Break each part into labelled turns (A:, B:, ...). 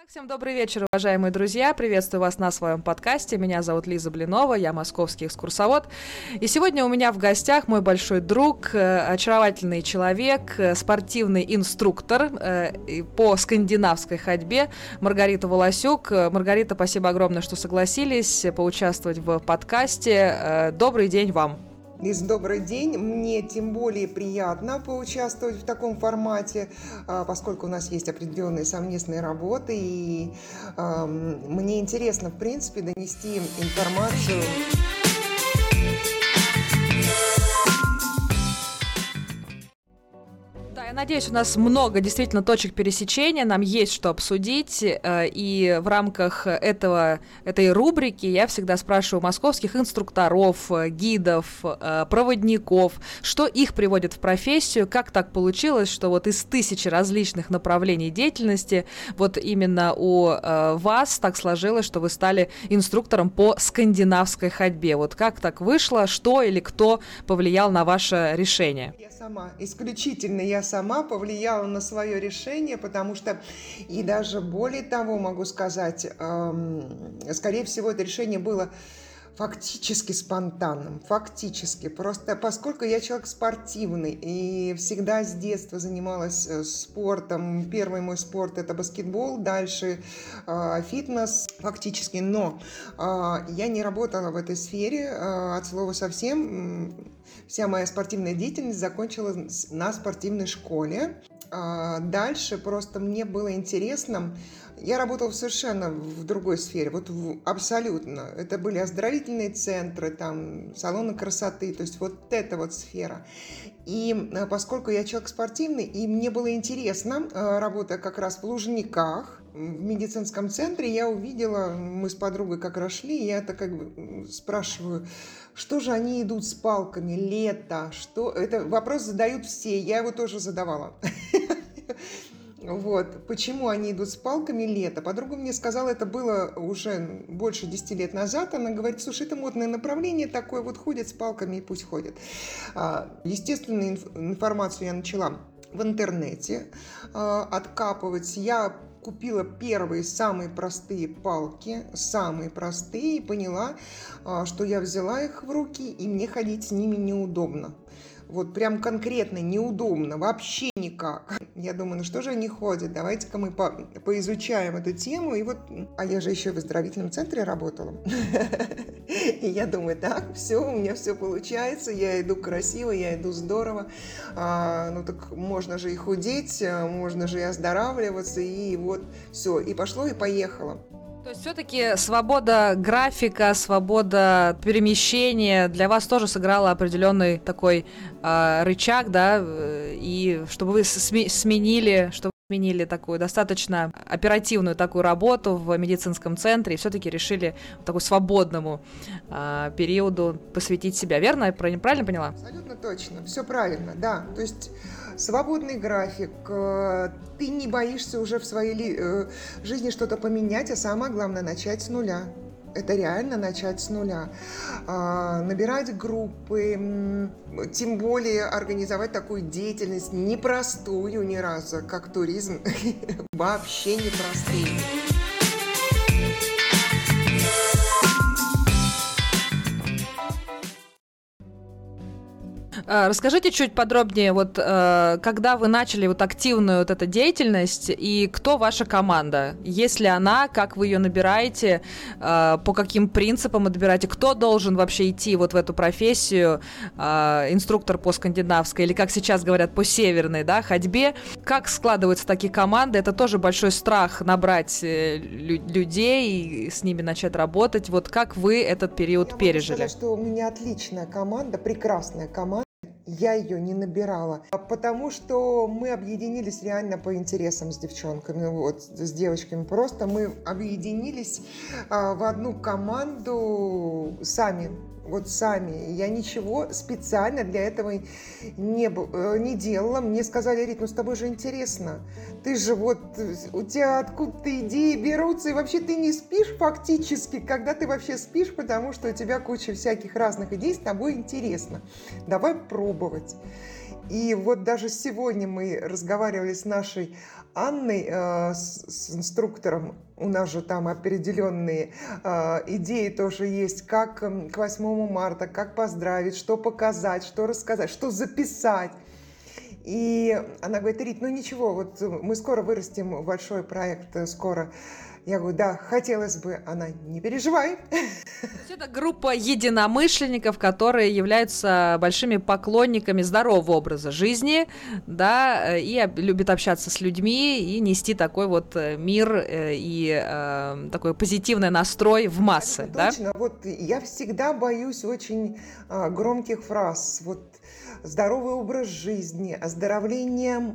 A: Всем добрый вечер, уважаемые друзья. Приветствую вас на своем подкасте. Меня зовут Лиза Блинова, я московский экскурсовод. И сегодня у меня в гостях мой большой друг, очаровательный человек, спортивный инструктор по скандинавской ходьбе Маргарита Волосюк. Маргарита, спасибо огромное, что согласились поучаствовать в подкасте. Добрый день вам.
B: Лиз, добрый день. Мне тем более приятно поучаствовать в таком формате, поскольку у нас есть определенные совместные работы, и мне интересно, в принципе, донести информацию.
A: Я надеюсь, у нас много действительно точек пересечения, нам есть что обсудить, и в рамках этой рубрики я всегда спрашиваю московских инструкторов, гидов, проводников, что их приводит в профессию, как так получилось, что вот из тысячи различных направлений деятельности вот именно у вас так сложилось, что вы стали инструктором по скандинавской ходьбе. Вот как так вышло, что или кто повлиял на ваше решение?
B: Я сама, исключительно я сама повлияла на свое решение, потому что, и даже более того могу сказать, скорее всего, это решение было фактически спонтанным, просто поскольку я человек спортивный и всегда с детства занималась спортом, первый мой спорт это баскетбол, дальше фитнес фактически, но я не работала в этой сфере от слова совсем. Вся моя спортивная деятельность закончилась на спортивной школе. Дальше просто мне было интересно. Я работала совершенно в другой сфере, абсолютно. Это были оздоровительные центры, там, салоны красоты, то есть вот эта вот сфера. И поскольку я человек спортивный, и мне было интересно, работая как раз в Лужниках, в медицинском центре, я увидела, мы с подругой как раз шли, я это как бы спрашиваю, что же они идут с палками, лето, что? Это вопрос задают все, я его тоже задавала. Вот, почему они идут с палками лето? Подруга мне сказала, это было уже больше 10 лет назад. Она говорит, слушай, это модное направление такое, вот ходят с палками и пусть ходят. Естественно, информацию я начала в интернете откапывать. Я купила первые самые простые палки, и поняла, что я взяла их в руки, и мне ходить с ними неудобно. Вот прям конкретно неудобно, вообще никак. Я думаю, ну что же они ходят, давайте-ка мы поизучаем эту тему. И вот, а я же еще в оздоровительном центре работала. И я думаю, так, все, у меня все получается, я иду красиво, я иду здорово. Ну так можно же и худеть, можно же и оздоравливаться, и вот все, и пошло, и поехало.
A: То есть все-таки свобода графика, свобода перемещения для вас тоже сыграла определенный такой рычаг, да, и чтобы вы сменили такую достаточно оперативную такую работу в медицинском центре и все-таки решили такому свободному периоду посвятить себя. Верно? Я правильно поняла?
B: Абсолютно точно. Все правильно, да. То есть свободный график, ты не боишься уже в своей жизни что-то поменять, а самое главное начать с нуля. Это реально начать с нуля. Набирать группы, тем более организовать такую деятельность непростую ни разу, как туризм, вообще непростую.
A: Расскажите чуть подробнее, вот когда вы начали вот активную вот эту деятельность, и кто ваша команда? Есть ли она, как вы ее набираете, по каким принципам отбираете, кто должен вообще идти вот в эту профессию, инструктор по скандинавской, или, как сейчас говорят, по северной, да, ходьбе? Как складываются такие команды? Это тоже большой страх набрать людей и с ними начать работать. Вот как вы этот период пережили?
B: Я могу сказать, что у меня отличная команда, прекрасная команда. Я ее не набирала, потому что мы объединились реально по интересам с девчонками, вот, с девочками. Просто мы объединились в одну команду сами. Вот сами. Я ничего специально для этого не делала. Мне сказали, Рит, ну с тобой же интересно. Ты же вот, у тебя откуда-то идеи берутся, и вообще ты не спишь фактически, когда ты вообще спишь, потому что у тебя куча всяких разных идей, с тобой интересно. Давай пробовать. И вот даже сегодня мы разговаривали с нашей Анной, с инструктором. У нас же там определенные идеи тоже есть, как к 8 марта, как поздравить, что показать, что рассказать, что записать. И она говорит: Рит, ну ничего, вот мы скоро вырастим в большой проект, скоро. Я говорю: да, хотелось бы. Она: не переживай.
A: Это группа единомышленников, которые являются большими поклонниками здорового образа жизни, да, и любят общаться с людьми и нести такой вот мир и такой позитивный настрой в массы, да?
B: Точно. Вот я всегда боюсь очень громких фраз. Вот здоровый образ жизни, оздоровление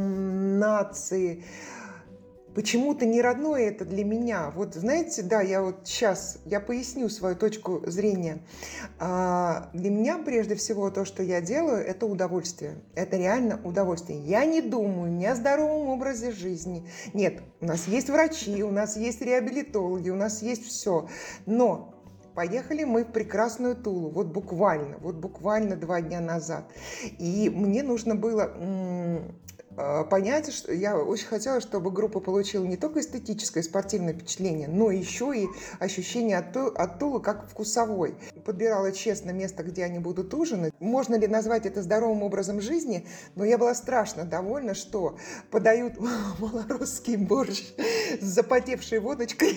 B: нации. Почему-то не родное это для меня. Вот знаете, да, я вот сейчас, я поясню свою точку зрения. Для меня прежде всего то, что я делаю, это удовольствие. Это реально удовольствие. Я не думаю ни о здоровом образе жизни. Нет, у нас есть врачи, у нас есть реабилитологи, у нас есть все. Но поехали мы в прекрасную Тулу, вот буквально 2 дня назад. И мне нужно было понять, что я очень хотела, чтобы группа получила не только эстетическое спортивное впечатление, но еще и ощущение от Тулы как вкусовой. Подбирала честно место, где они будут ужинать. Можно ли назвать это здоровым образом жизни? Но я была страшно довольна, что подают малорусский борщ с запотевшей водочкой.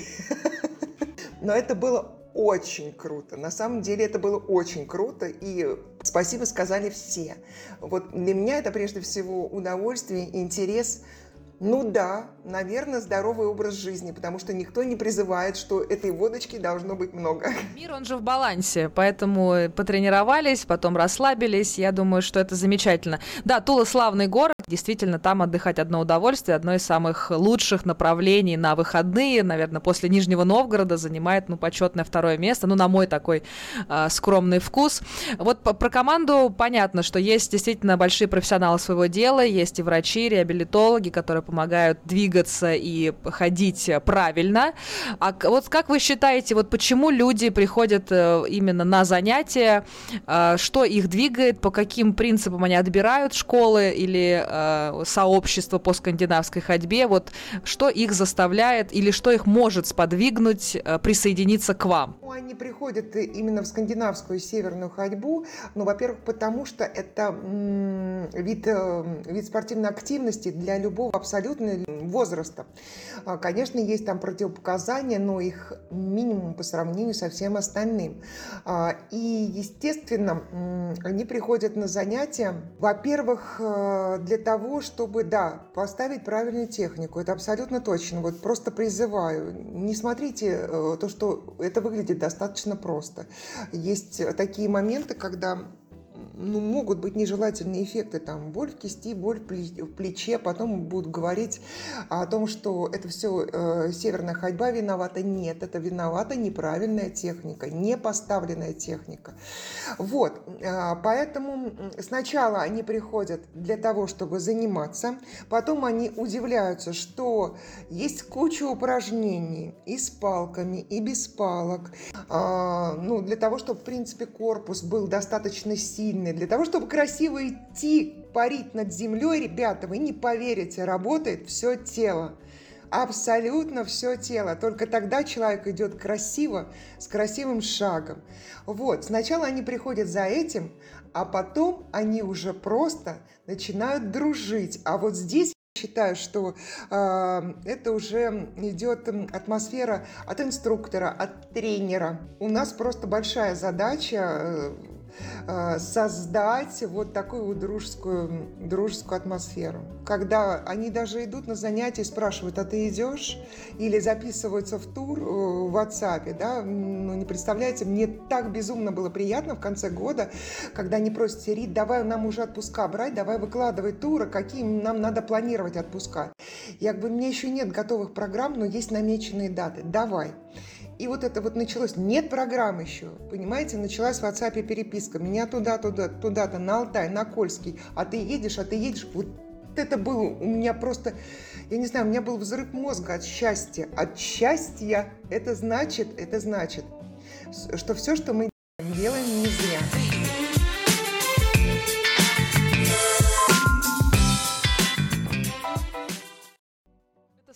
B: Но это было очень круто. На самом деле это было очень круто, и спасибо сказали все. Вот для меня это прежде всего удовольствие, интерес. Ну да, наверное, здоровый образ жизни, потому что никто не призывает, что этой водочки должно быть много.
A: Мир, он же в балансе, поэтому потренировались, потом расслабились. Я думаю, что это замечательно. Да, Тула славный город, действительно, там отдыхать одно удовольствие, одно из самых лучших направлений на выходные, наверное, после Нижнего Новгорода занимает, почетное 2 место, на мой такой скромный вкус. Вот про команду понятно, что есть действительно большие профессионалы своего дела, есть и врачи, реабилитологи, которые помогают двигаться и ходить правильно. А вот как вы считаете, вот почему люди приходят именно на занятия, что их двигает, по каким принципам они отбирают школы или сообщества по скандинавской ходьбе, вот что их заставляет или что их может сподвигнуть присоединиться к вам?
B: Они приходят именно в скандинавскую северную ходьбу, во-первых, потому что это вид спортивной активности для любого абсолютно возраста. Конечно, есть там противопоказания, но их минимум по сравнению со всем остальным. И, естественно, они приходят на занятия, во-первых, для того, чтобы, да, поставить правильную технику. Это абсолютно точно. Вот просто призываю, не смотрите то, что это выглядит достаточно просто. Есть такие моменты, когда могут быть нежелательные эффекты, там, боль в кисти, боль в плече, потом будут говорить о том, что это все северная ходьба виновата. Нет, это виновата неправильная техника, не поставленная техника. Вот, поэтому сначала они приходят для того, чтобы заниматься, потом они удивляются, что есть куча упражнений и с палками, и без палок, для того, чтобы, в принципе, корпус был достаточно сильный, для того, чтобы красиво идти, парить над землей, ребята, вы не поверите, работает все тело. Абсолютно все тело. Только тогда человек идет красиво, с красивым шагом. Вот. Сначала они приходят за этим, а потом они уже просто начинают дружить. А вот здесь я считаю, что это уже идет атмосфера от инструктора, от тренера. У нас просто большая задача создать вот такую вот дружескую атмосферу. Когда они даже идут на занятия и спрашивают: а ты идешь? Или записываются в тур в WhatsApp, да? Не представляете, мне так безумно было приятно в конце года, когда они просят: Рит, давай нам уже отпуска брать, давай выкладывай туры, какие нам надо планировать отпуска. Я говорю: мне еще нет готовых программ, но есть намеченные даты, давай. И вот это вот началось. Нет программ еще, понимаете? Началась в WhatsApp переписка. Меня туда-то, на Алтай, на Кольский. А ты едешь. Вот это было у меня просто, я не знаю, у меня был взрыв мозга от счастья. От счастья. Это значит, что все, что мы делаем, не зря.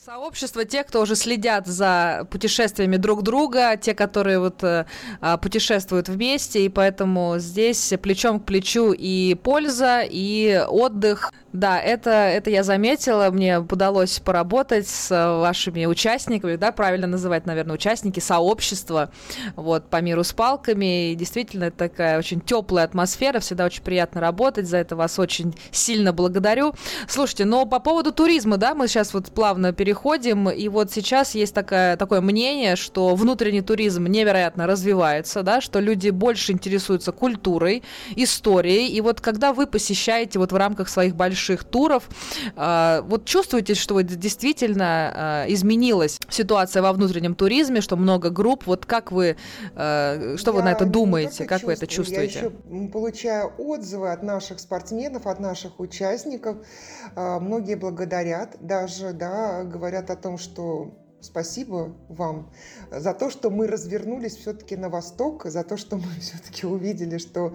A: Сообщество тех, кто уже следят за путешествиями друг друга, те, которые путешествуют вместе, и поэтому здесь плечом к плечу и польза, и отдых. Да, это я заметила, мне удалось поработать с вашими участниками, да, правильно называть, наверное, участники сообщества, по миру с палками, и действительно это такая очень теплая атмосфера, всегда очень приятно работать, за это вас очень сильно благодарю. Слушайте, но по поводу туризма, да, мы сейчас плавно переходим, и сейчас есть такое мнение, что внутренний туризм невероятно развивается, да, что люди больше интересуются культурой, историей, и когда вы посещаете в рамках своих больших туров, чувствуете, что действительно изменилась ситуация во внутреннем туризме, что много групп, как вы, что вы на это думаете, как вы это чувствуете?
B: Я еще получаю отзывы от наших спортсменов, от наших участников, многие благодарят, даже, да, говорят о том, что спасибо вам за то, что мы развернулись все-таки на восток, за то, что мы все-таки увидели, что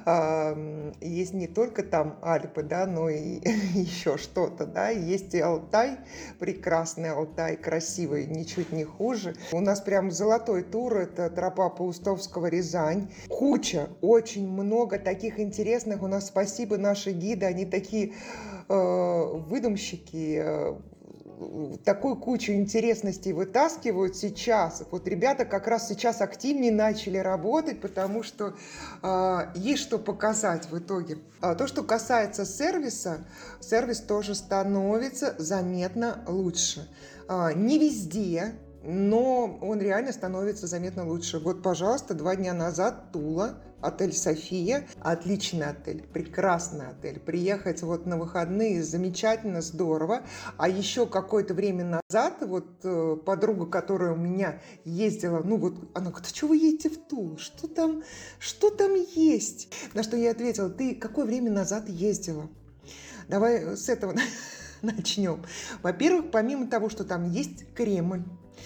B: есть не только там Альпы, да, но и еще что-то, да, есть и Алтай, прекрасный Алтай, красивый, ничуть не хуже. У нас прям золотой тур, это тропа Паустовского-Рязань. Куча, очень много таких интересных. У нас, спасибо, наши гиды, они такие выдумщики, такую кучу интересностей вытаскивают сейчас. Ребята как раз сейчас активнее начали работать, потому что есть что показать в итоге. То, что касается сервиса, сервис тоже становится заметно лучше. Не везде, но он реально становится заметно лучше. Пожалуйста, 2 дня назад Тула, отель «София», отличный отель, прекрасный отель. Приехать на выходные замечательно, здорово. А еще какое-то время назад подруга, которая у меня ездила, она говорит: а что вы едете в Тулу? Что там есть? На что я ответила: ты какое время назад ездила? Давай с этого начнем. Во-первых, помимо того, что там есть Кремль,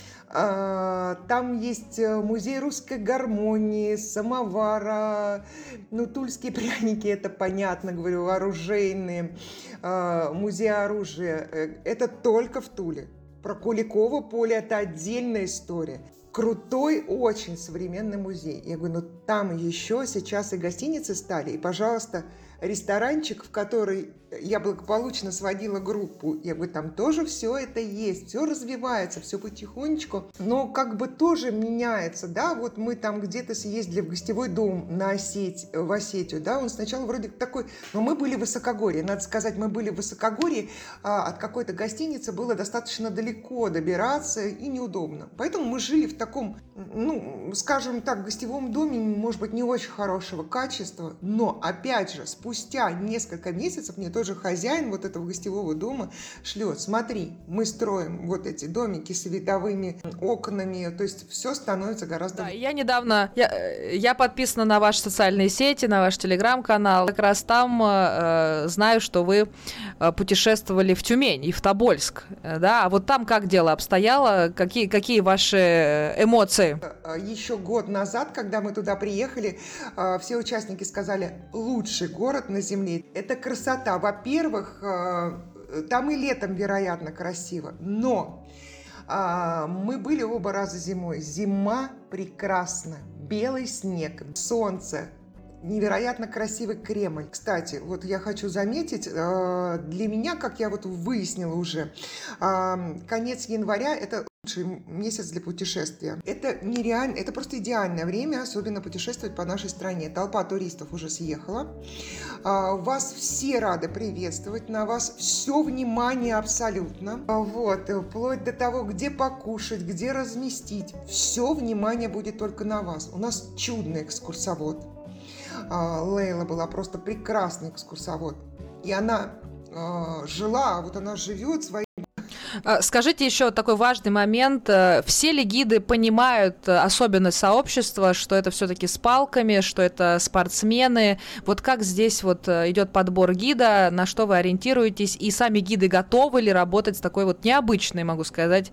B: там есть музей русской гармонии, самовара, тульские пряники, это понятно, говорю, оружейные, музей оружия. Это только в Туле. Про Куликово поле это отдельная история. Крутой, очень современный музей. Я говорю, там еще сейчас и гостиницы стали, и, пожалуйста, ресторанчик, в который я благополучно сводила группу, я говорю, там тоже все это есть, все развивается, все потихонечку, но тоже меняется, да, мы там где-то съездили в гостевой дом в Осетию, да, он сначала вроде такой, но мы были в высокогорье, надо сказать, мы были в высокогорье, от какой-то гостиницы было достаточно далеко добираться и неудобно, поэтому мы жили в таком, скажем так, гостевом доме, может быть, не очень хорошего качества, но, опять же, спустя несколько месяцев мне тоже хозяин этого гостевого дома шлет: смотри, мы строим эти домики с видовыми окнами, то есть все становится гораздо...
A: Да, я недавно, я подписана на ваши социальные сети, на ваш телеграм-канал, как раз там знаю, что вы путешествовали в Тюмень и в Тобольск, да, а там как дело обстояло, какие ваши эмоции?
B: Еще год назад, когда мы туда приехали, все участники сказали: лучший город на земле. Это красота. Во-первых, там и летом, вероятно, красиво, но мы были оба раза зимой. Зима прекрасна, белый снег, солнце, невероятно красивый Кремль. Кстати, я хочу заметить, для меня, как я выяснила уже, конец января – это лучший месяц для путешествия. Это нереально, это просто идеальное время, особенно путешествовать по нашей стране. Толпа туристов уже съехала. Вас все рады приветствовать, на вас все внимание абсолютно. Вплоть до того, где покушать, где разместить. Все внимание будет только на вас. У нас чудный экскурсовод. Лейла была просто прекрасный экскурсовод. И она жила, она живет своим...
A: Скажите еще такой важный момент. Все ли гиды понимают особенность сообщества, что это все-таки с палками, что это спортсмены? Как здесь идет подбор гида, на что вы ориентируетесь? И сами гиды готовы ли работать с такой необычной, могу сказать,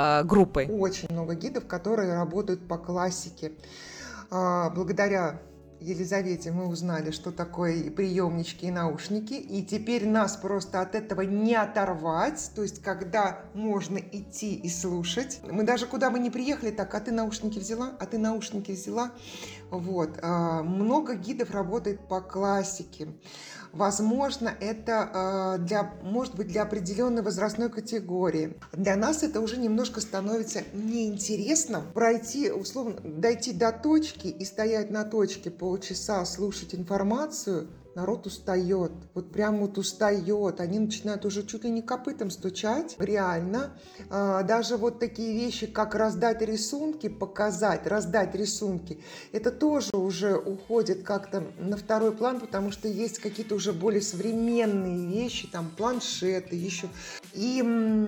A: группой?
B: Очень много гидов, которые работают по классике. Благодаря Елизавете мы узнали, что такое и приемнички, и наушники, и теперь нас просто от этого не оторвать, то есть когда можно идти и слушать. Мы даже куда бы ни приехали, так, а ты наушники взяла, а ты наушники взяла. Вот. Много гидов работает по классике. Возможно, это может быть для определенной возрастной категории. Для нас это уже немножко становится неинтересно. Пройти, условно, дойти до точки и стоять на точке полчаса, слушать информацию. Народ устает, вот прям вот устает, они начинают уже чуть ли не копытом стучать, реально. Даже вот такие вещи, как раздать рисунки, показать, раздать рисунки, это тоже уже уходит как-то на второй план, потому что есть какие-то уже более современные вещи, там планшеты еще. И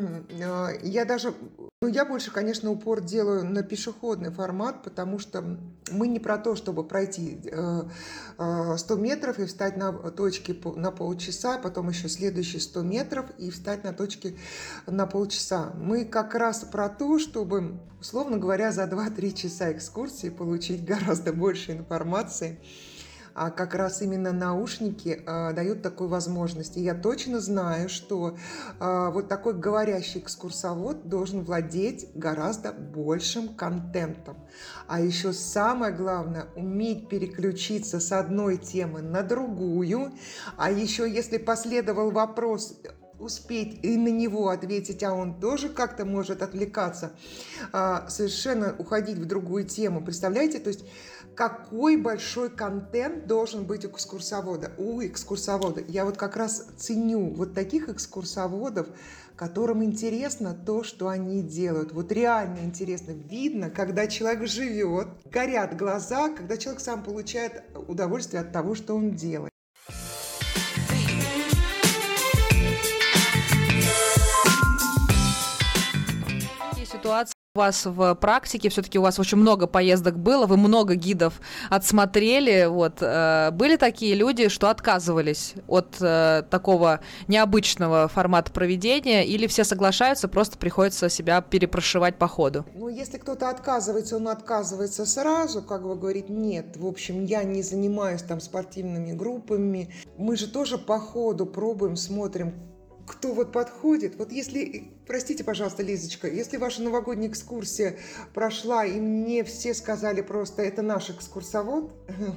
B: я больше, конечно, упор делаю на пешеходный формат, потому что мы не про то, чтобы пройти 100 метров и встать на точке на полчаса, потом еще следующие 100 метров и встать на точке на полчаса. Мы как раз про то, чтобы, условно говоря, за 2-3 часа экскурсии получить гораздо больше информации. А как раз именно наушники дают такую возможность. И я точно знаю, что вот такой говорящий экскурсовод должен владеть гораздо большим контентом. А еще самое главное, уметь переключиться с одной темы на другую. А еще если последовал вопрос, успеть и на него ответить, а он тоже как-то может отвлекаться, совершенно уходить в другую тему. Представляете, то есть какой большой контент должен быть у экскурсовода. Я вот как раз ценю вот таких экскурсоводов, которым интересно то, что они делают. Вот реально интересно. Видно, когда человек живет, горят глаза, когда человек сам получает удовольствие от того, что он делает.
A: Ситуация у вас в практике, все-таки у вас очень много поездок было, вы много гидов отсмотрели, вот, были такие люди, что отказывались от такого необычного формата проведения, или все соглашаются, просто приходится себя перепрошивать по ходу?
B: Ну, если кто-то отказывается, он отказывается сразу, как бы говорит, нет, в общем, я не занимаюсь там спортивными группами, мы же тоже по ходу пробуем, смотрим, кто вот подходит. Вот если, простите, пожалуйста, Лизочка, если ваша новогодняя экскурсия прошла, и мне все сказали просто, это наш экскурсовод,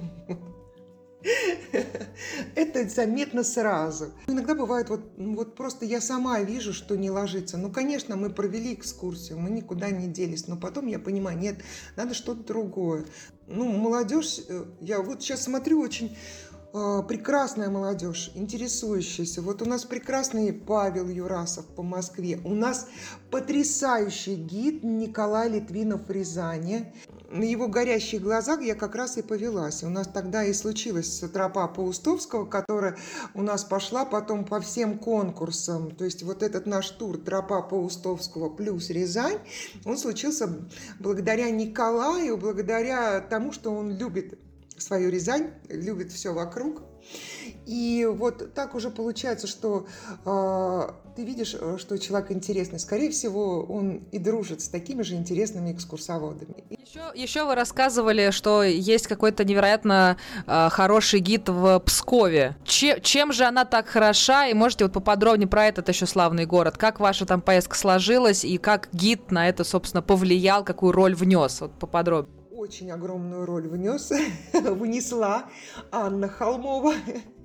B: это заметно сразу. Иногда бывает, вот просто я сама вижу, что не ложится. Ну, конечно, мы провели экскурсию, мы никуда не делись, но потом я понимаю, нет, надо что-то другое. Ну, молодежь, я вот сейчас смотрю, очень прекрасная молодежь, интересующаяся. Вот у нас прекрасный Павел Юрасов по Москве. У нас потрясающий гид Николай Литвинов в Рязани. На его горящих глазах я как раз и повелась. У нас тогда и случилась тропа Паустовского, которая у нас пошла потом по всем конкурсам. То есть вот этот наш тур тропа Паустовского плюс Рязань, он случился благодаря Николаю, благодаря тому, что он любит свою Рязань, любит все вокруг. И вот так уже получается, что ты видишь, что человек интересный. Скорее всего, он и дружит с такими же интересными экскурсоводами.
A: Еще вы рассказывали, что есть какой-то невероятно хороший гид в Пскове. Чем же она так хороша? И можете вот поподробнее про этот еще славный город. Как ваша там поездка сложилась и как гид на это, собственно, повлиял, какую роль внес? Вот поподробнее.
B: Очень огромную роль внесла Анна Холмова.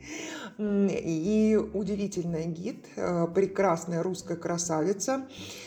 B: И удивительный гид, прекрасная русская красавица.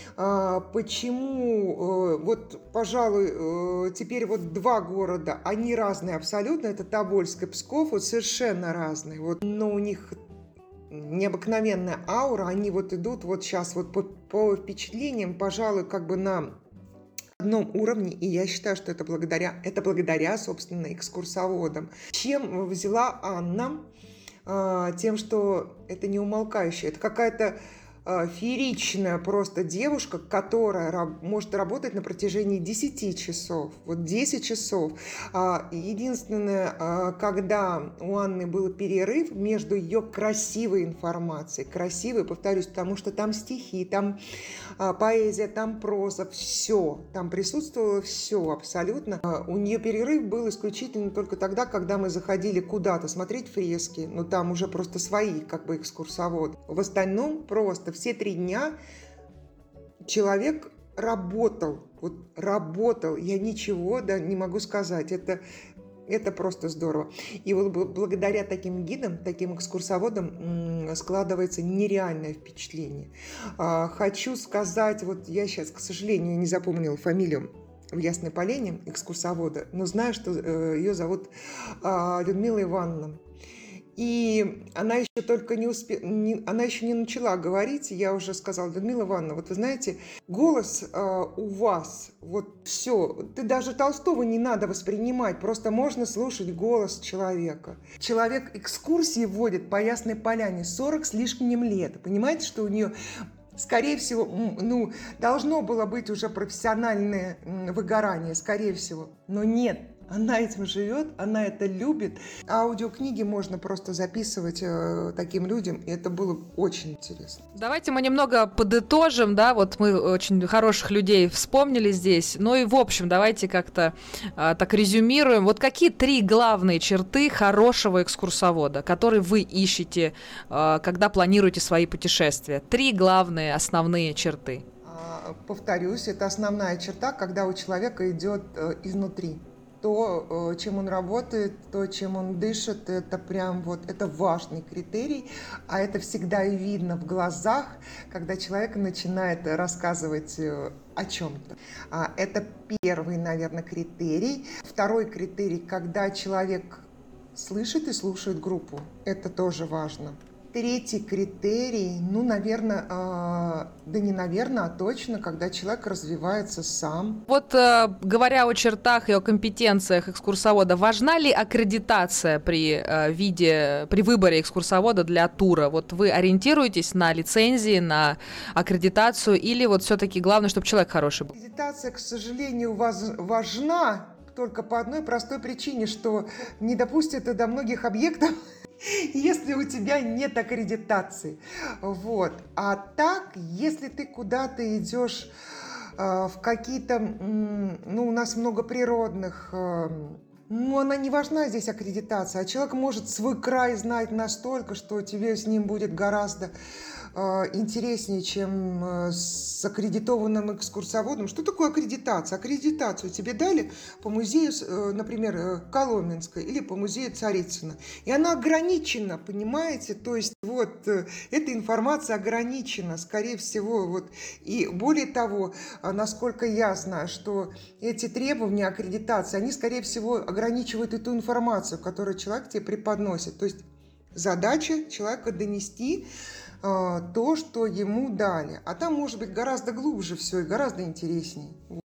B: Почему, вот, пожалуй, теперь вот два города, они разные абсолютно, это Тобольск и Псков, вот совершенно разные, вот, но у них необыкновенная аура, они вот идут вот сейчас вот по впечатлениям, пожалуй, как бы на одном уровне, и я считаю, что это благодаря, собственно, экскурсоводам. Чем взяла Анна? Тем, что это не умолкающее, это какая-то фееричная просто девушка, которая может работать на протяжении 10 часов. Вот 10 часов. Единственное, когда у Анны был перерыв между ее красивой информацией, красивой, повторюсь, потому что там стихи, там поэзия, там проза, все. Там присутствовало все абсолютно. У нее перерыв был исключительно только тогда, когда мы заходили куда-то смотреть фрески. Ну, там уже просто свои, как бы, экскурсовод. В остальном просто все 3 дня человек работал. Вот работал. Я ничего не могу сказать. Это просто здорово. И вот благодаря таким гидам, таким экскурсоводам складывается нереальное впечатление. Хочу сказать, вот я сейчас, к сожалению, не запомнила фамилию в Ясной Поляне экскурсовода, но знаю, что ее зовут Людмила Ивановна. И она еще только она еще не начала говорить, я уже сказала: Людмила Ивановна, вот вы знаете, голос у вас, вот все, ты даже Толстого не надо воспринимать, просто можно слушать голос человека. Человек экскурсии водит по Ясной Поляне 40 с лишним лет, понимаете, что у нее... Скорее всего, должно было быть уже профессиональное выгорание, скорее всего. Но нет, она этим живет, она это любит. Аудиокниги можно просто записывать таким людям, и это было очень интересно.
A: Давайте мы немного подытожим, да, вот мы очень хороших людей вспомнили здесь, ну и в общем давайте как-то так резюмируем. Вот какие 3 главные черты хорошего экскурсовода, которые вы ищете, когда планируете свои путешествия? 3 главные основные черты.
B: Повторюсь, это основная черта, когда у человека идет изнутри. То, чем он работает, то, чем он дышит, это прям вот, это важный критерий, а это всегда и видно в глазах, когда человек начинает рассказывать о чем-то. Это первый, наверное, критерий. Второй критерий, когда человек слышит и слушает группу, это тоже важно. Третий критерий, наверное, а точно, когда человек развивается сам.
A: Вот говоря о чертах и о компетенциях экскурсовода, важна ли аккредитация при выборе экскурсовода для тура? Вот вы ориентируетесь на лицензии, на аккредитацию, или вот все-таки главное, чтобы человек хороший был?
B: Аккредитация, к сожалению, важна только по одной простой причине, что не допустят до многих объектов, если у тебя нет аккредитации. Вот. А так, если ты куда-то идешь в какие-то... у нас много природных... она не важна здесь аккредитация. А человек может свой край знать настолько, что тебе с ним будет гораздо интереснее, чем с аккредитованным экскурсоводом. Что такое аккредитация? Аккредитацию тебе дали по музею, например, Коломенской или по музею Царицына. И она ограничена, понимаете? То есть вот эта информация ограничена, скорее всего. Вот. И более того, насколько я знаю, что эти требования аккредитации, они, скорее всего, ограничивают эту информацию, которую человек тебе преподносит. То есть задача человека донести то, что ему дали. А там может быть гораздо глубже все и гораздо интереснее. Вот.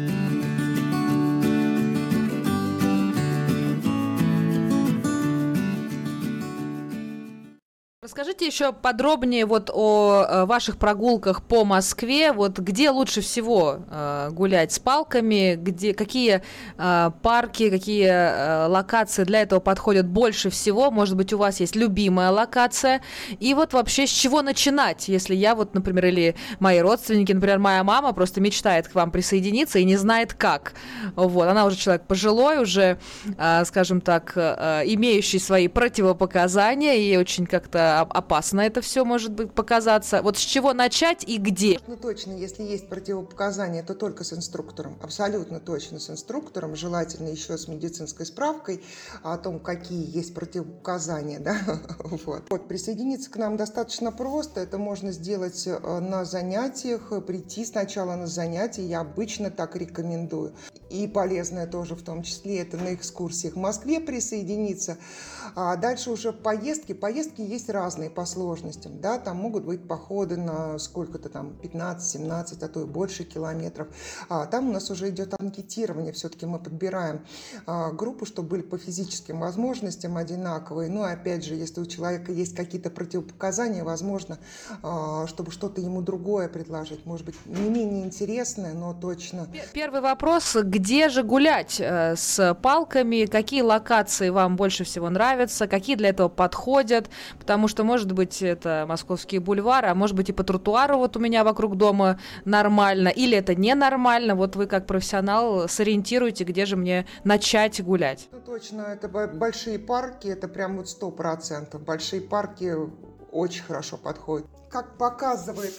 A: Расскажите еще подробнее вот о ваших прогулках по Москве. Вот где лучше всего гулять с палками, какие парки, какие локации для этого подходят больше всего? Может быть, у вас есть любимая локация? И вот вообще с чего начинать, если я вот, например, или мои родственники, например, моя мама просто мечтает к вам присоединиться и не знает как. Вот, она уже человек пожилой, уже, скажем так, имеющий свои противопоказания и очень как-то опасно это все может быть показаться. Вот с чего начать и где?
B: Ну точно, если есть противопоказания, то только с инструктором. Абсолютно точно с инструктором. Желательно еще с медицинской справкой о том, какие есть противопоказания. Да? Вот. Присоединиться к нам достаточно просто. Это можно сделать на занятиях, прийти сначала на занятия. Я обычно так рекомендую. И полезное тоже в том числе. Это на экскурсиях в Москве присоединиться. А дальше уже поездки. Поездки есть разные. разные по сложностям, да, там могут быть походы на сколько-то там 15-17, а то и больше километров. Там у нас уже идет анкетирование, все-таки мы подбираем группу, чтобы были по физическим возможностям одинаковые. Ну, опять же, если у человека есть какие-то противопоказания, возможно, чтобы что-то ему другое предложить, может быть, не менее интересное, но точно.
A: Первый вопрос: где же гулять с палками? Какие локации вам больше всего нравятся? Какие для этого подходят? Потому что, может быть, это московские бульвары, а может быть, и по тротуару вот у меня вокруг дома нормально, или это ненормально. Вот вы как профессионал сориентируете, где же мне начать гулять.
B: Ну, точно, это большие парки, это прям вот 100%. Большие парки очень хорошо подходят. Как показывает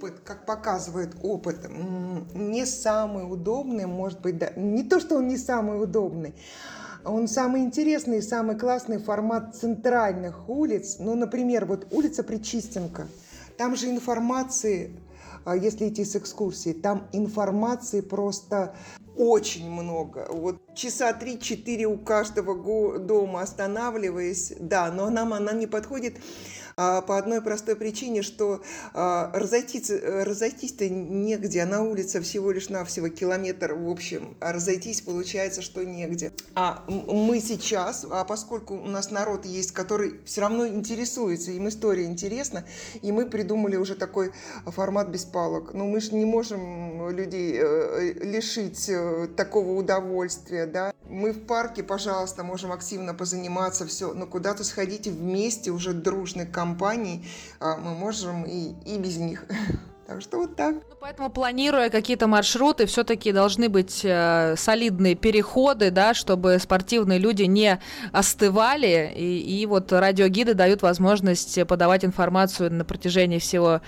B: опыт, не самый удобный, может быть, да, не то, что он не самый удобный, он самый интересный и самый классный формат центральных улиц. Ну, например, вот улица Причистенка. Там же информации, если идти с экскурсией, там информации просто очень много. Вот часа 3-4 у каждого дома останавливаясь, да, но нам она не подходит по одной простой причине, что разойтись-то негде, а на улице всего лишь навсего километр, в общем, а разойтись получается, что негде. А мы сейчас, поскольку у нас народ есть, который все равно интересуется, им история интересна, и мы придумали уже такой формат без палок. Но мы же не можем людей лишить такого удовольствия, да. Мы в парке, пожалуйста, можем активно позаниматься, все, но куда-то сходите вместе, уже дружной компанией, мы можем и без них. Так что вот так.
A: Ну, поэтому, планируя какие-то маршруты, все-таки должны быть солидные переходы, да, чтобы спортивные люди не остывали. И вот радиогиды дают возможность подавать информацию на протяжении всего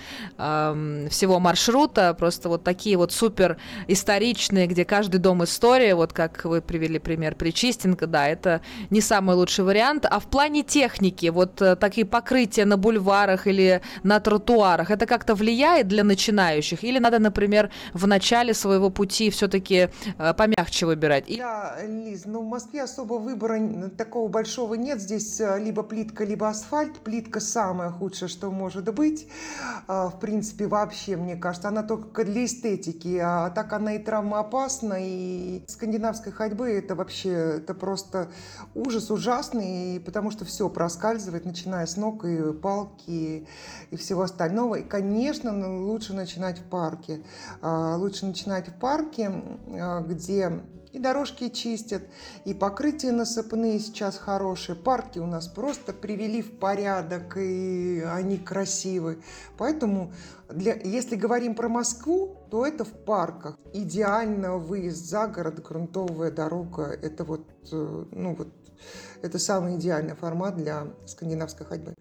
A: маршрута. Просто вот такие вот супер историчные, где каждый дом история, вот как вы привели пример Причистенка, да, это не самый лучший вариант. А в плане техники, вот такие покрытия на бульварах или на тротуарах, это как-то влияет для начинающих? Или надо, например, в начале своего пути все-таки помягче выбирать?
B: Да, Лиз, в Москве особо выбора такого большого нет. Здесь либо плитка, либо асфальт. Плитка самое худшее, что может быть. В принципе, вообще, мне кажется, она только для эстетики. А так она и травмоопасна, и скандинавской ходьбы это вообще, это просто ужас ужасный, потому что все проскальзывает, начиная с ног и палки и всего остального. И, конечно, лучше начинать в парке. Где и дорожки чистят, и покрытия насыпные сейчас хорошие. Парки у нас просто привели в порядок, и они красивы. Поэтому, если говорим про Москву, то это в парках. Идеально выезд за город, грунтовая дорога. Это это самый идеальный формат для скандинавской ходьбы.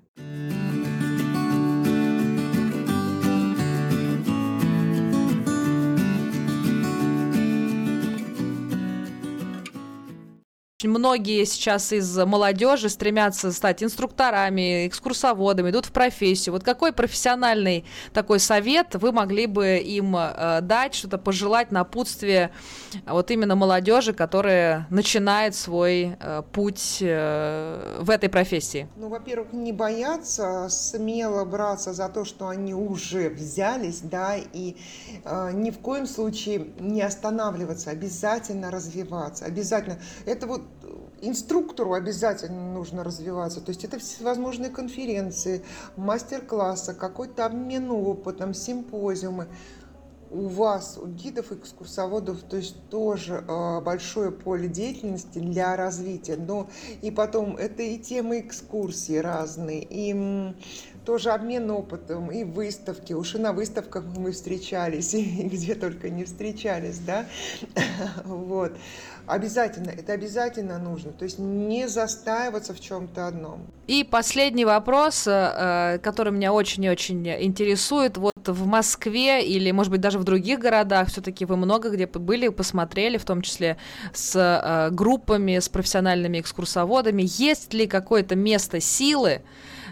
A: Многие сейчас из молодежи стремятся стать инструкторами, экскурсоводами, идут в профессию. Вот какой профессиональный такой совет вы могли бы им дать, что-то пожелать, напутствие вот именно молодежи, которая начинает свой путь в этой профессии?
B: Ну, во-первых, не бояться, смело браться за то, что они уже взялись, да, и ни в коем случае не останавливаться, обязательно развиваться, обязательно. Это вот инструктору обязательно нужно развиваться. То есть это всевозможные конференции, мастер-классы, какой-то обмен опытом, симпозиумы. У вас, у гидов и экскурсоводов, то есть тоже большое поле деятельности для развития. Но и потом это и темы экскурсии разные, и тоже обмен опытом, и выставки. Уж и на выставках мы встречались, и где только не встречались, да. Вот. Это обязательно нужно. То есть не застаиваться в чем-то одном.
A: И последний вопрос, который меня очень и очень интересует. Вот в Москве или, может быть, даже в других городах все-таки вы много где были, посмотрели, в том числе с группами, с профессиональными экскурсоводами. Есть ли какое-то место силы,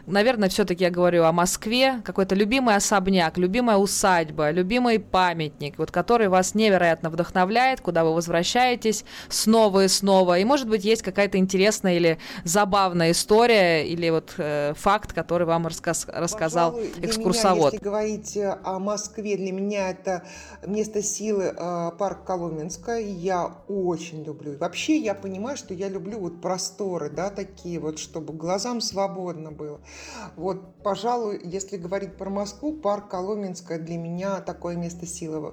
A: наверное, все-таки я говорю о Москве, какой-то любимый особняк, любимая усадьба, любимый памятник, вот который вас невероятно вдохновляет, куда вы возвращаетесь снова и снова, и, может быть, есть какая-то интересная или забавная история, или вот факт, который вам рассказал
B: Пожалуй, для
A: экскурсовод.
B: меня, если говорить о Москве, для меня это место силы парк Коломенское. Я очень люблю. И вообще я понимаю, что я люблю вот просторы, да, такие вот, чтобы глазам свободно было. Вот, пожалуй, если говорить про Москву, парк Коломенское для меня такое место силы.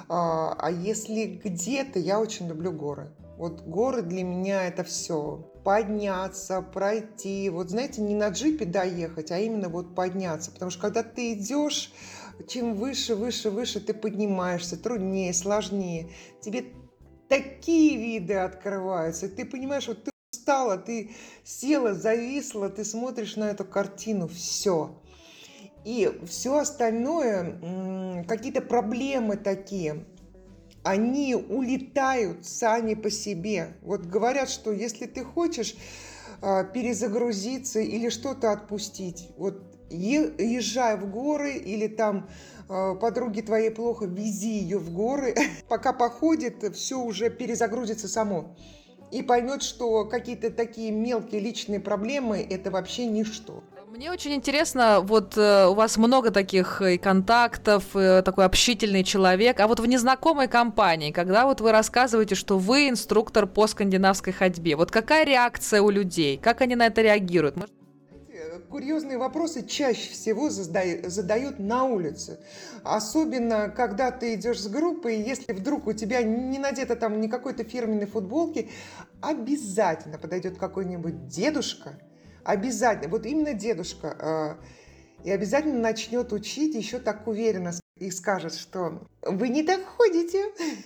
B: А если где-то, я очень люблю горы. Вот горы для меня это все. Подняться, пройти. Вот знаете, не на джипе доехать, а именно вот подняться. Потому что когда ты идешь, чем выше, выше, выше ты поднимаешься, труднее, сложнее. Тебе такие виды открываются. Ты понимаешь, вот ты устала, ты села, зависла, ты смотришь на эту картину, все. И все остальное, какие-то проблемы такие, они улетают сами по себе. Вот говорят, что если ты хочешь перезагрузиться или что-то отпустить, вот езжай в горы или там подруге твоей плохо, вези ее в горы, пока походит, все уже перезагрузится само. И поймет, что какие-то такие мелкие личные проблемы – это вообще ничто.
A: Мне очень интересно, вот у вас много таких и контактов, такой общительный человек, а вот в незнакомой компании, когда вот вы рассказываете, что вы инструктор по скандинавской ходьбе, вот какая реакция у людей, как они на это реагируют?
B: Курьезные вопросы чаще всего задают на улице. Особенно, когда ты идешь с группой, и если вдруг у тебя не надето там ни какой-то фирменной футболки, обязательно подойдет какой-нибудь дедушка, обязательно, вот именно дедушка, и обязательно начнет учить еще так уверенно и скажет, что вы не так ходите.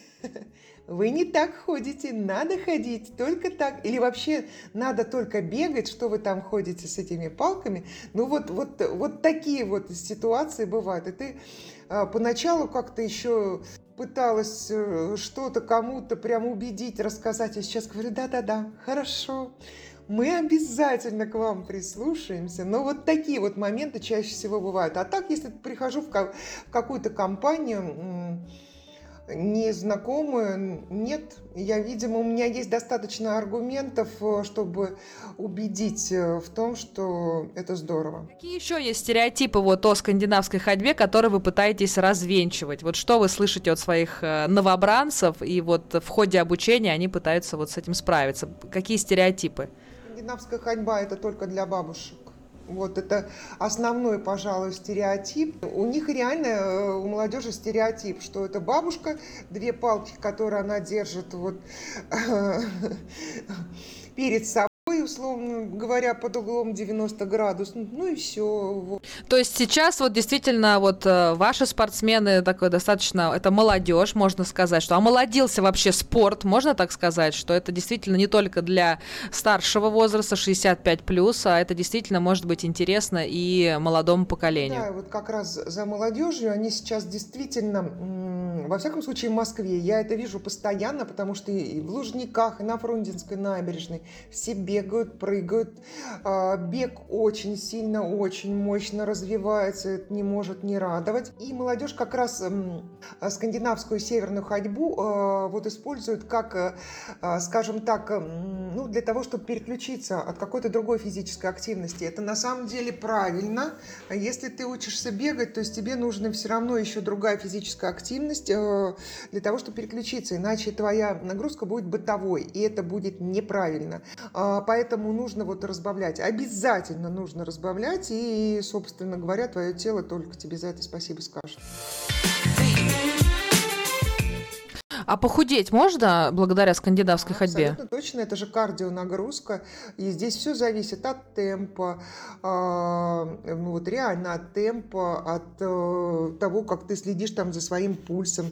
B: Вы не так ходите, надо ходить только так. Или вообще надо только бегать, что вы там ходите с этими палками. Ну вот такие вот ситуации бывают. И ты поначалу как-то еще пыталась что-то кому-то прям убедить, рассказать. Я сейчас говорю, да-да-да, хорошо. Мы обязательно к вам прислушаемся. Но вот такие вот моменты чаще всего бывают. А так, если прихожу в какую-то компанию незнакомую, нет. Видимо, у меня есть достаточно аргументов, чтобы убедить в том, что это здорово.
A: Какие еще есть стереотипы вот о скандинавской ходьбе, которые вы пытаетесь развенчивать? Вот что вы слышите от своих новобранцев, и вот в ходе обучения они пытаются вот с этим справиться? Какие стереотипы?
B: Скандинавская ходьба – это только для бабушек. Вот это основной, пожалуй, стереотип. У них реально, у молодежи стереотип, что это бабушка, две палки, которые она держит вот перед собой, условно говоря, под углом 90 градусов, ну и все.
A: То есть сейчас вот действительно вот ваши спортсмены такой достаточно, это молодежь, можно сказать, что омолодился вообще спорт, можно так сказать, что это действительно не только для старшего возраста, 65+, а это действительно может быть интересно и молодому поколению.
B: Да, вот как раз за молодежью они сейчас действительно, во всяком случае в Москве, я это вижу постоянно, потому что и в Лужниках, и на Фрунзенской набережной все бегают, прыгают. Бег очень сильно, очень мощно развивается, это не может не радовать. И молодежь как раз скандинавскую северную ходьбу вот использует как, скажем так, ну, для того, чтобы переключиться от какой-то другой физической активности. Это на самом деле правильно. Если ты учишься бегать, то есть тебе нужна все равно еще другая физическая активность для того, чтобы переключиться. Иначе твоя нагрузка будет бытовой, и это будет неправильно. Поэтому нужно вот разбавлять. Обязательно нужно разбавлять, и, собственно говоря, твое тело только тебе за это спасибо скажет.
A: А похудеть можно благодаря скандинавской ходьбе?
B: Абсолютно точно, это же кардионагрузка, и здесь все зависит от темпа, ну вот реально от темпа, от того, как ты следишь там за своим пульсом,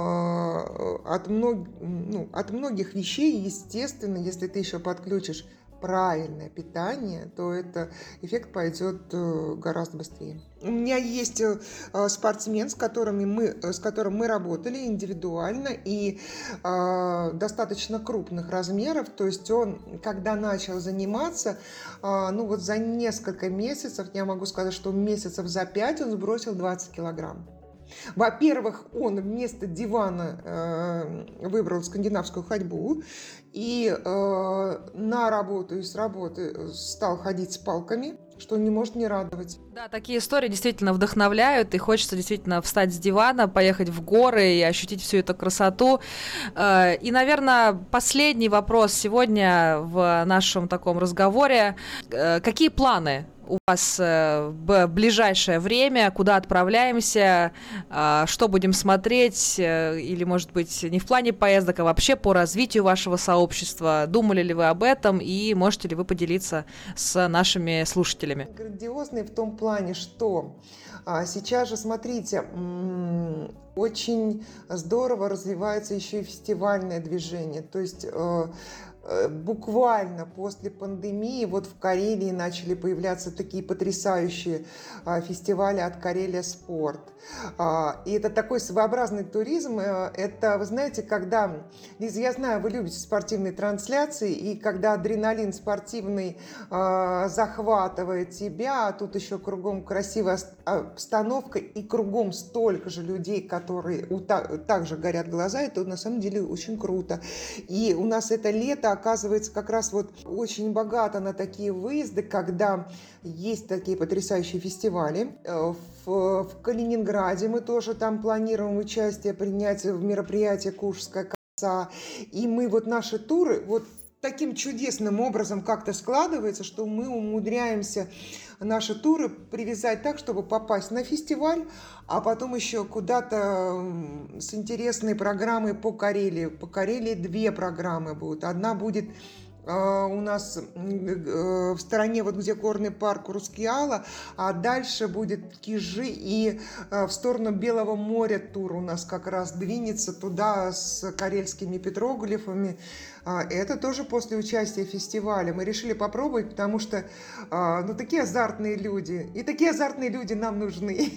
B: от многих вещей, естественно, если ты еще подключишь правильное питание, то эффект пойдет гораздо быстрее. У меня есть спортсмен, с которым мы работали индивидуально и достаточно крупных размеров. То есть он, когда начал заниматься, за несколько месяцев, я могу сказать, что месяцев за 5 он сбросил 20 килограмм. Во-первых, он вместо дивана выбрал скандинавскую ходьбу и на работу и с работы стал ходить с палками, что не может не радовать.
A: Да, такие истории действительно вдохновляют, и хочется действительно встать с дивана, поехать в горы и ощутить всю эту красоту. И, наверное, последний вопрос сегодня в нашем таком разговоре. Какие планы у вас в ближайшее время, куда отправляемся, что будем смотреть, или, может быть, не в плане поездок, а вообще по развитию вашего сообщества? Думали ли вы об этом и можете ли вы поделиться с нашими слушателями?
B: Грандиозный в том плане, что сейчас же, смотрите, очень здорово развивается еще и фестивальное движение, то есть буквально после пандемии вот в Карелии начали появляться такие потрясающие фестивали от Карелия Спорт. И это такой своеобразный туризм. Это, вы знаете, когда, Лиза, я знаю, вы любите спортивные трансляции, и когда адреналин спортивный захватывает тебя, а тут еще кругом красивая обстановка и кругом столько же людей, которые также горят глаза, это на самом деле очень круто. И у нас это лето оказывается как раз вот очень богато на такие выезды, когда есть такие потрясающие фестивали. В Калининграде мы тоже там планируем участие, принять в мероприятии «Куршская коса». И мы вот наши туры вот таким чудесным образом как-то складывается, что мы умудряемся наши туры привязать так, чтобы попасть на фестиваль, а потом еще куда-то с интересной программой по Карелии. По Карелии 2 программы будут. Одна будет у нас в стороне, вот где горный парк Рускеала, а дальше будет Кижи, и в сторону Белого моря тур у нас как раз двинется туда с карельскими петроглифами. Это тоже после участия в фестивале. Мы решили попробовать, потому что такие азартные люди, и такие азартные люди нам нужны.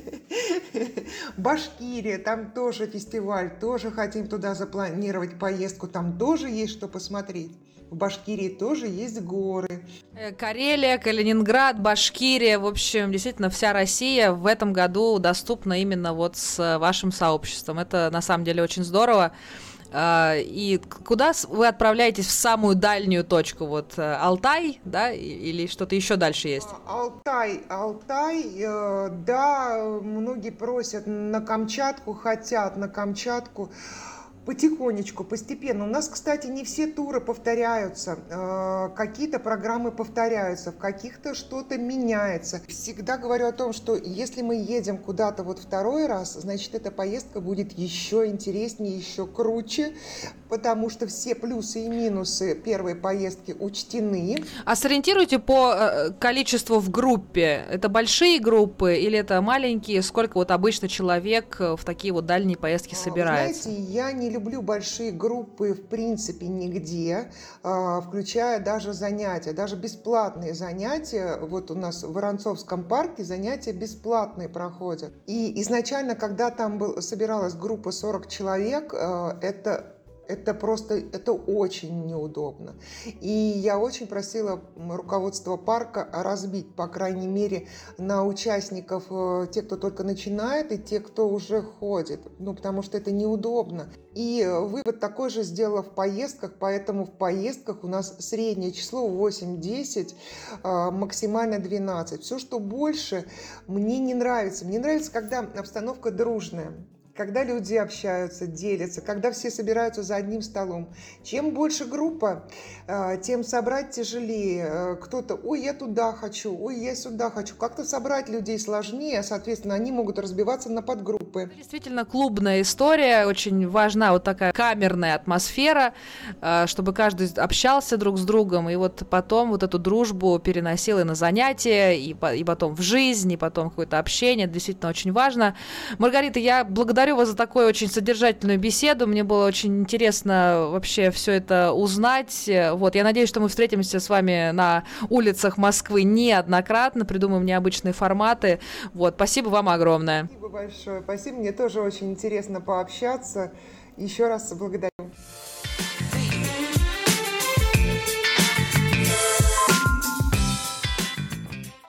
B: Башкирия, там тоже фестиваль, тоже хотим туда запланировать поездку, там тоже есть что посмотреть. В Башкирии тоже есть горы.
A: Карелия, Калининград, Башкирия, в общем, действительно вся Россия в этом году доступна именно вот с вашим сообществом. Это на самом деле очень здорово. И куда вы отправляетесь в самую дальнюю точку? Вот Алтай, да, или что-то еще дальше есть?
B: Алтай, да, многие просят на Камчатку, хотят на Камчатку. Потихонечку, постепенно. У нас, кстати, не все туры повторяются. Какие-то программы повторяются, в каких-то что-то меняется. Всегда говорю о том, что если мы едем куда-то вот второй раз, значит, эта поездка будет еще интереснее, еще круче, потому что все плюсы и минусы первой поездки учтены.
A: А сориентируйте по количеству в группе. Это большие группы или это маленькие? Сколько вот обычно человек в такие вот дальние поездки собирается?
B: Знаете, я не люблю большие группы в принципе нигде, включая даже занятия, даже бесплатные занятия. Вот у нас в Воронцовском парке занятия бесплатные проходят. И изначально, когда там собиралась группа 40 человек, это очень неудобно. И я очень просила руководство парка разбить, по крайней мере, на участников, те, кто только начинает, и те, кто уже ходит. Потому что это неудобно. И вывод такой же сделала в поездках, поэтому в поездках у нас среднее число 8-10, максимально 12. Все, что больше, мне не нравится. Мне нравится, когда обстановка дружная. Когда люди общаются, делятся, когда все собираются за одним столом. Чем больше группа, тем собрать тяжелее. Кто-то, ой, я туда хочу, ой, я сюда хочу. Как-то собрать людей сложнее, соответственно, они могут разбиваться на подгруппы.
A: Действительно клубная история, очень важна вот такая камерная атмосфера, чтобы каждый общался друг с другом, и вот потом вот эту дружбу переносил и на занятия, и потом в жизнь, и потом какое-то общение. Это действительно очень важно. Маргарита, я благодарю Благодарю вас за такую очень содержательную беседу. Мне было очень интересно вообще все это узнать. Вот, я надеюсь, что мы встретимся с вами на улицах Москвы неоднократно, придумаем необычные форматы. Вот, спасибо вам огромное.
B: Спасибо большое. Спасибо. Мне тоже очень интересно пообщаться. Еще раз благодарю.